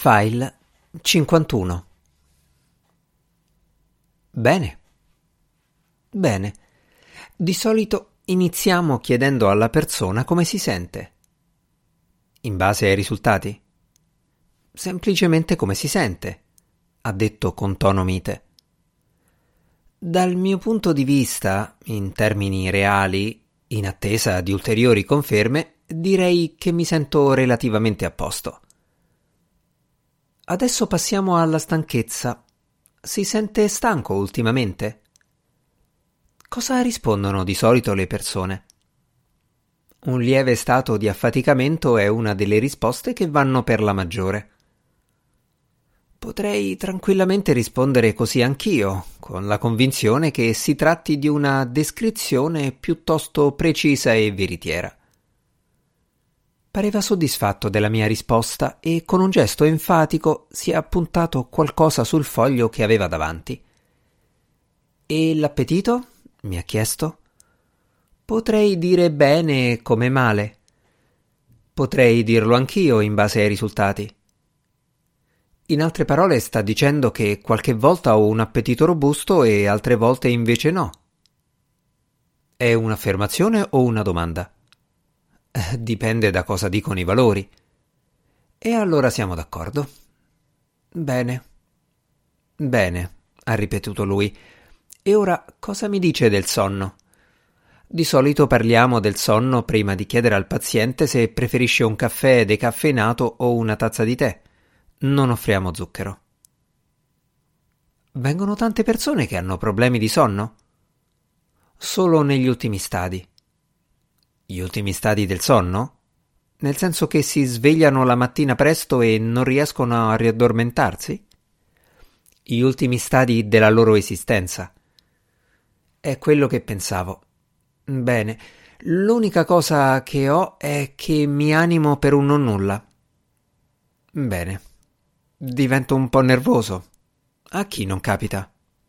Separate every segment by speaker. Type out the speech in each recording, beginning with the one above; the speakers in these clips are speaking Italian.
Speaker 1: File 51. Bene. Bene. Di solito iniziamo chiedendo alla persona come si sente. In base ai risultati? Semplicemente come si sente, ha detto con tono mite. Dal mio punto di vista, in termini reali, in attesa di ulteriori conferme, direi che mi sento relativamente a posto. Adesso passiamo alla stanchezza. Si sente stanco ultimamente? Cosa rispondono di solito le persone? Un lieve stato di affaticamento è una delle risposte che vanno per la maggiore. Potrei tranquillamente rispondere così anch'io, con la convinzione che si tratti di una descrizione piuttosto precisa e veritiera. Pareva soddisfatto della mia risposta e con un gesto enfatico si è appuntato qualcosa sul foglio che aveva davanti. E l'appetito? Mi ha chiesto. Potrei dire bene come male. Potrei dirlo anch'io in base ai risultati. In altre parole sta dicendo che qualche volta ho un appetito robusto e altre volte invece no. È un'affermazione o una domanda? Dipende da cosa dicono i valori. E allora siamo d'accordo. Bene. Bene, ha ripetuto lui. E ora cosa mi dice del sonno? Di solito parliamo del sonno prima di chiedere al paziente se preferisce un caffè decaffeinato o una tazza di tè. Non offriamo zucchero. Vengono tante persone che hanno problemi di sonno? Solo negli ultimi stadi. Gli ultimi stadi del sonno? Nel senso che si svegliano la mattina presto e non riescono a riaddormentarsi? Gli ultimi stadi della loro esistenza. È quello che pensavo. Bene, l'unica cosa che ho è che mi animo per un nonnulla. Bene, divento un po' nervoso. A chi non capita?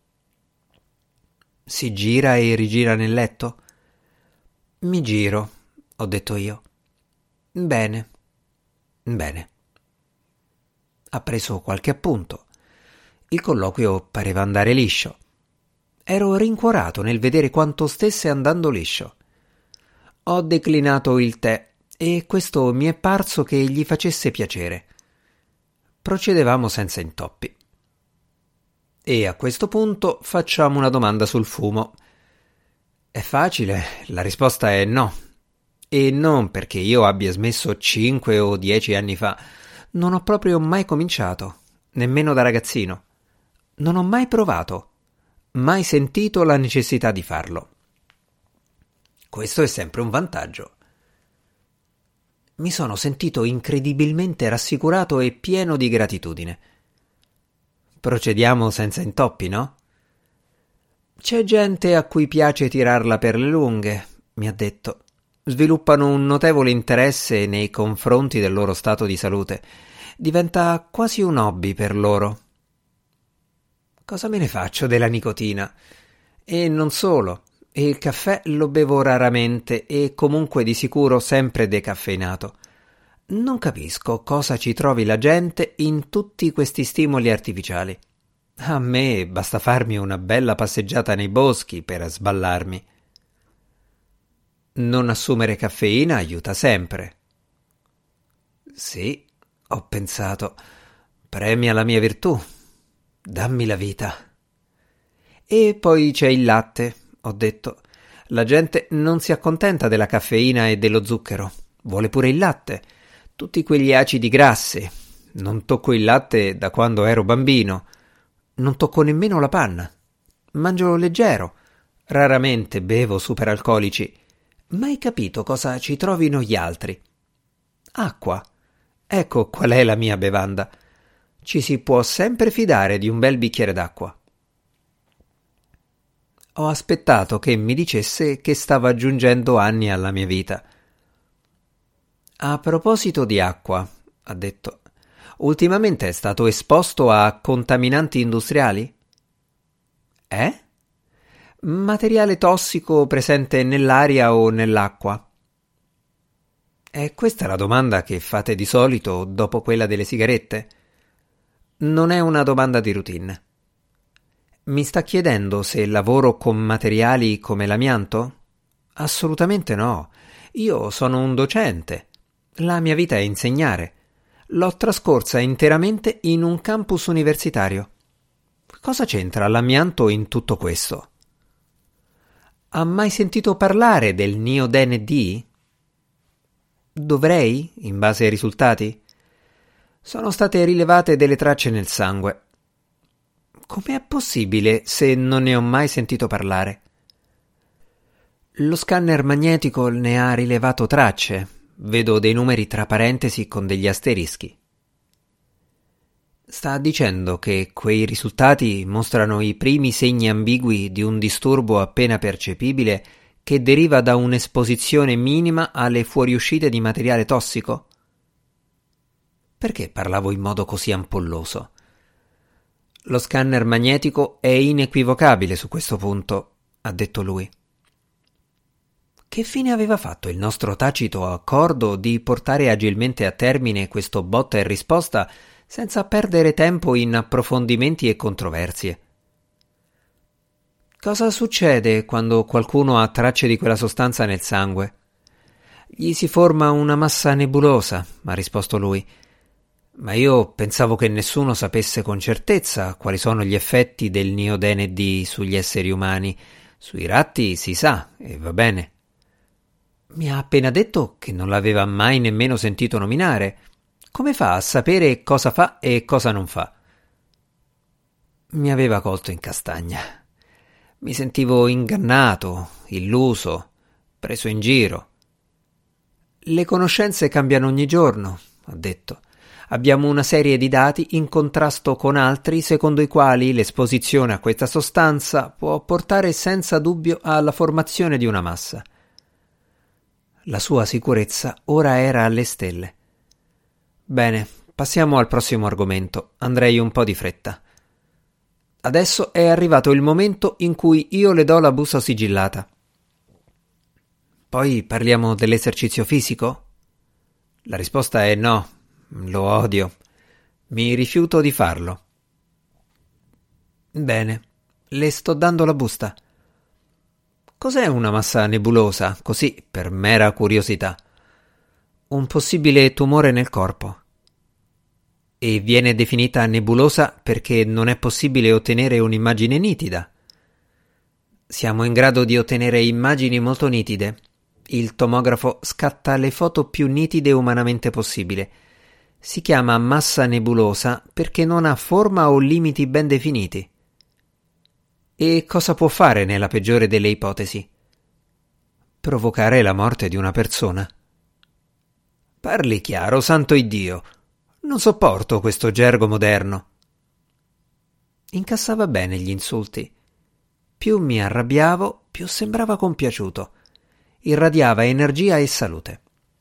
Speaker 1: Si gira e rigira nel letto? Mi giro, ho detto io. Bene. Bene. Ha preso qualche appunto. Il colloquio pareva andare liscio. Ero rincuorato nel vedere quanto stesse andando liscio. Ho declinato il tè e questo mi è parso che gli facesse piacere. Procedevamo senza intoppi. E a questo punto facciamo una domanda sul fumo. È facile, la risposta è no. E non perché io abbia smesso 5 o 10 anni fa. Non ho proprio mai cominciato, nemmeno da ragazzino. Non ho mai provato, mai sentito la necessità di farlo. Questo è sempre un vantaggio. Mi sono sentito incredibilmente rassicurato e pieno di gratitudine. Procediamo senza intoppi, no? C'è gente a cui piace tirarla per le lunghe, mi ha detto. Sviluppano un notevole interesse nei confronti del loro stato di salute. Diventa quasi un hobby per loro. Cosa me ne faccio della nicotina? E non solo. Il caffè lo bevo raramente e comunque di sicuro sempre decaffeinato. Non capisco cosa ci trovi la gente in tutti questi stimoli artificiali. A me basta farmi una bella passeggiata nei boschi per sballarmi. Non assumere caffeina aiuta sempre. Sì, ho pensato. Premia la mia virtù. Dammi la vita. E poi c'è il latte, ho detto. La gente non si accontenta della caffeina e dello zucchero. Vuole pure il latte. Tutti quegli acidi grassi. Non tocco il latte da quando ero bambino. Non tocco nemmeno la panna. Mangio leggero. Raramente bevo superalcolici. Mai capito cosa ci trovino gli altri. Acqua. Ecco qual è la mia bevanda. Ci si può sempre fidare di un bel bicchiere d'acqua. Ho aspettato che mi dicesse che stava aggiungendo anni alla mia vita. A proposito di acqua, ha detto, ultimamente è stato esposto a contaminanti industriali? Materiale tossico presente nell'aria o nell'acqua? È questa la domanda che fate di solito dopo quella delle sigarette? Non è una domanda di routine. Mi sta chiedendo se lavoro con materiali come l'amianto? Assolutamente no. Io sono un docente. La mia vita è insegnare. L'ho trascorsa interamente in un campus universitario. Cosa c'entra l'amianto in tutto questo? Ha mai sentito parlare del NeoDND? Dovrei, in base ai risultati? Sono state rilevate delle tracce nel sangue. Com'è possibile se non ne ho mai sentito parlare? Lo scanner magnetico ne ha rilevato tracce. Vedo dei numeri tra parentesi con degli asterischi. Sta dicendo che quei risultati mostrano i primi segni ambigui di un disturbo appena percepibile che deriva da un'esposizione minima alle fuoriuscite di materiale tossico? Perché parlavo in modo così ampolloso? Lo scanner magnetico è inequivocabile su questo punto, ha detto lui. Che fine aveva fatto il nostro tacito accordo di portare agilmente a termine questo botta e risposta senza perdere tempo in approfondimenti e controversie? Cosa succede quando qualcuno ha tracce di quella sostanza nel sangue? Gli si forma una massa nebulosa, ha risposto lui. Ma io pensavo che nessuno sapesse con certezza quali sono gli effetti del NeoDND sugli esseri umani. Sui ratti si sa, e va bene. Mi ha appena detto che non l'aveva mai nemmeno sentito nominare. Come fa a sapere cosa fa e cosa non fa? Mi aveva colto in castagna. Mi sentivo ingannato, illuso, preso in giro. Le conoscenze cambiano ogni giorno, ha detto. Abbiamo una serie di dati in contrasto con altri secondo i quali l'esposizione a questa sostanza può portare senza dubbio alla formazione di una massa. La sua sicurezza ora era alle stelle. Bene, passiamo al prossimo argomento. Andrei un po' di fretta. Adesso è arrivato il momento in cui io le do la busta sigillata. Poi parliamo dell'esercizio fisico? La risposta è no. Lo odio. Mi rifiuto di farlo. Bene, le sto dando la busta. Cos'è una massa nebulosa, così per mera curiosità? Un possibile tumore nel corpo. E viene definita nebulosa perché non è possibile ottenere un'immagine nitida. Siamo in grado di ottenere immagini molto nitide. Il tomografo scatta le foto più nitide umanamente possibile. Si chiama massa nebulosa perché non ha forma o limiti ben definiti. E cosa può fare nella peggiore delle ipotesi? Provocare la morte di una persona. Parli chiaro, santo Iddio. Non sopporto questo gergo moderno. Incassava bene gli insulti. Più mi arrabbiavo, più sembrava compiaciuto. Irradiava energia e salute.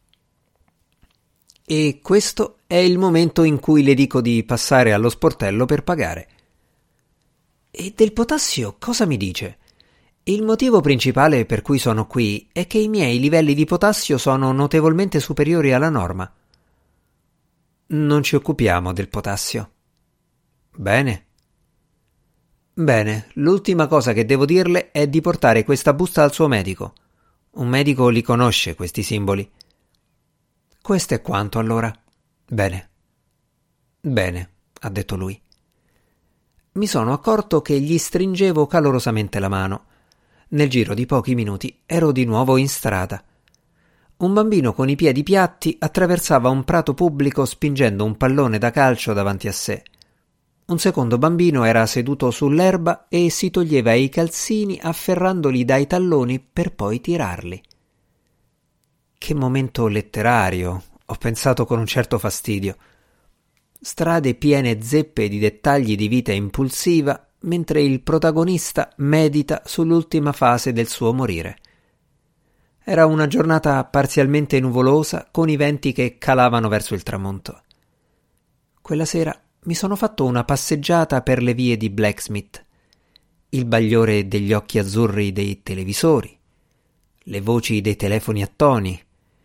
Speaker 1: E questo è il momento in cui le dico di passare allo sportello per pagare. E del potassio cosa mi dice? Il motivo principale per cui sono qui è che i miei livelli di potassio sono notevolmente superiori alla norma. Non ci occupiamo del potassio. Bene. Bene, l'ultima cosa che devo dirle è di portare questa busta al suo medico. Un medico li conosce, questi simboli. Questo è quanto, allora. Bene. Bene, ha detto lui. Mi sono accorto che gli stringevo calorosamente la mano. Nel giro di pochi minuti ero di nuovo in strada. Un bambino con i piedi piatti attraversava un prato pubblico spingendo un pallone da calcio davanti a sé. Un secondo bambino era seduto sull'erba e si toglieva i calzini afferrandoli dai talloni per poi tirarli. Che momento letterario, ho pensato con un certo fastidio. Strade piene zeppe di dettagli di vita impulsiva, mentre il protagonista medita sull'ultima fase del suo morire. Era una giornata parzialmente nuvolosa, con i venti che calavano verso il tramonto. Quella sera mi sono fatto una passeggiata per le vie di Blacksmith. Il bagliore degli occhi azzurri dei televisori, le voci dei telefoni a toni,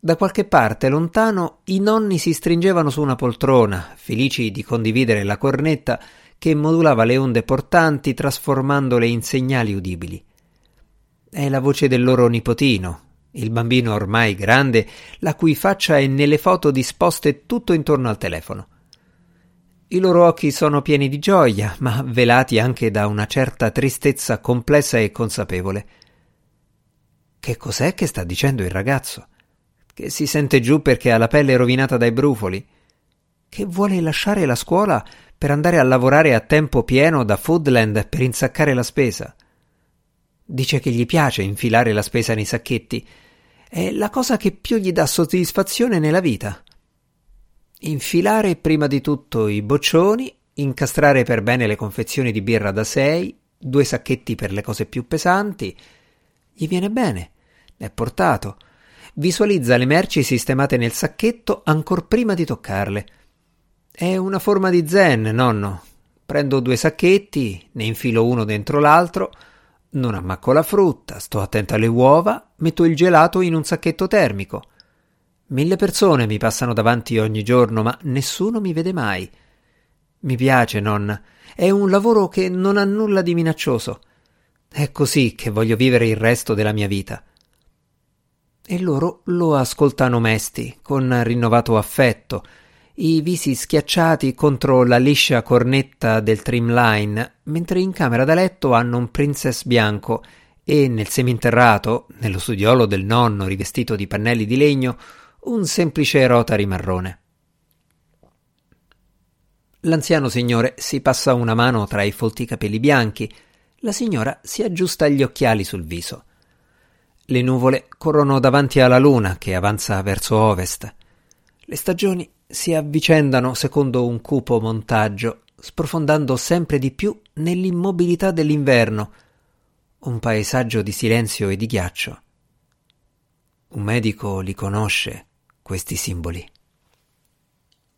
Speaker 1: Da qualche parte lontano i nonni si stringevano su una poltrona, felici di condividere la cornetta che modulava le onde portanti trasformandole in segnali udibili. È la voce del loro nipotino, il bambino ormai grande, la cui faccia è nelle foto disposte tutto intorno al telefono. I loro occhi sono pieni di gioia, ma velati anche da una certa tristezza complessa e consapevole. Che cos'è che sta dicendo il ragazzo? Che si sente giù perché ha la pelle rovinata dai brufoli? Che vuole lasciare la scuola per andare a lavorare a tempo pieno da Foodland per insaccare la spesa? Dice che gli piace infilare la spesa nei sacchetti. È la cosa che più gli dà soddisfazione nella vita. Infilare prima di tutto i boccioni, incastrare per bene le confezioni di birra da 6, 2 sacchetti per le cose più pesanti. Gli viene bene, è portato. Visualizza le merci sistemate nel sacchetto ancor prima di toccarle. È una forma di zen, nonno. Prendo 2 sacchetti, ne infilo uno dentro l'altro, non ammacco la frutta, sto attento alle uova, metto il gelato in un sacchetto termico. 1000 persone mi passano davanti ogni giorno, ma nessuno mi vede mai. Mi piace, nonna. È un lavoro che non ha nulla di minaccioso. È così che voglio vivere il resto della mia vita. E loro lo ascoltano mesti, con rinnovato affetto, i visi schiacciati contro la liscia cornetta del trimline, mentre in camera da letto hanno un princess bianco e nel seminterrato, nello studiolo del nonno rivestito di pannelli di legno, un semplice rotary marrone. L'anziano signore si passa una mano tra i folti capelli bianchi, la signora si aggiusta gli occhiali sul viso. Le nuvole corrono davanti alla luna che avanza verso ovest. Le stagioni si avvicendano secondo un cupo montaggio, sprofondando sempre di più nell'immobilità dell'inverno, un paesaggio di silenzio e di ghiaccio. Un medico li conosce, questi simboli.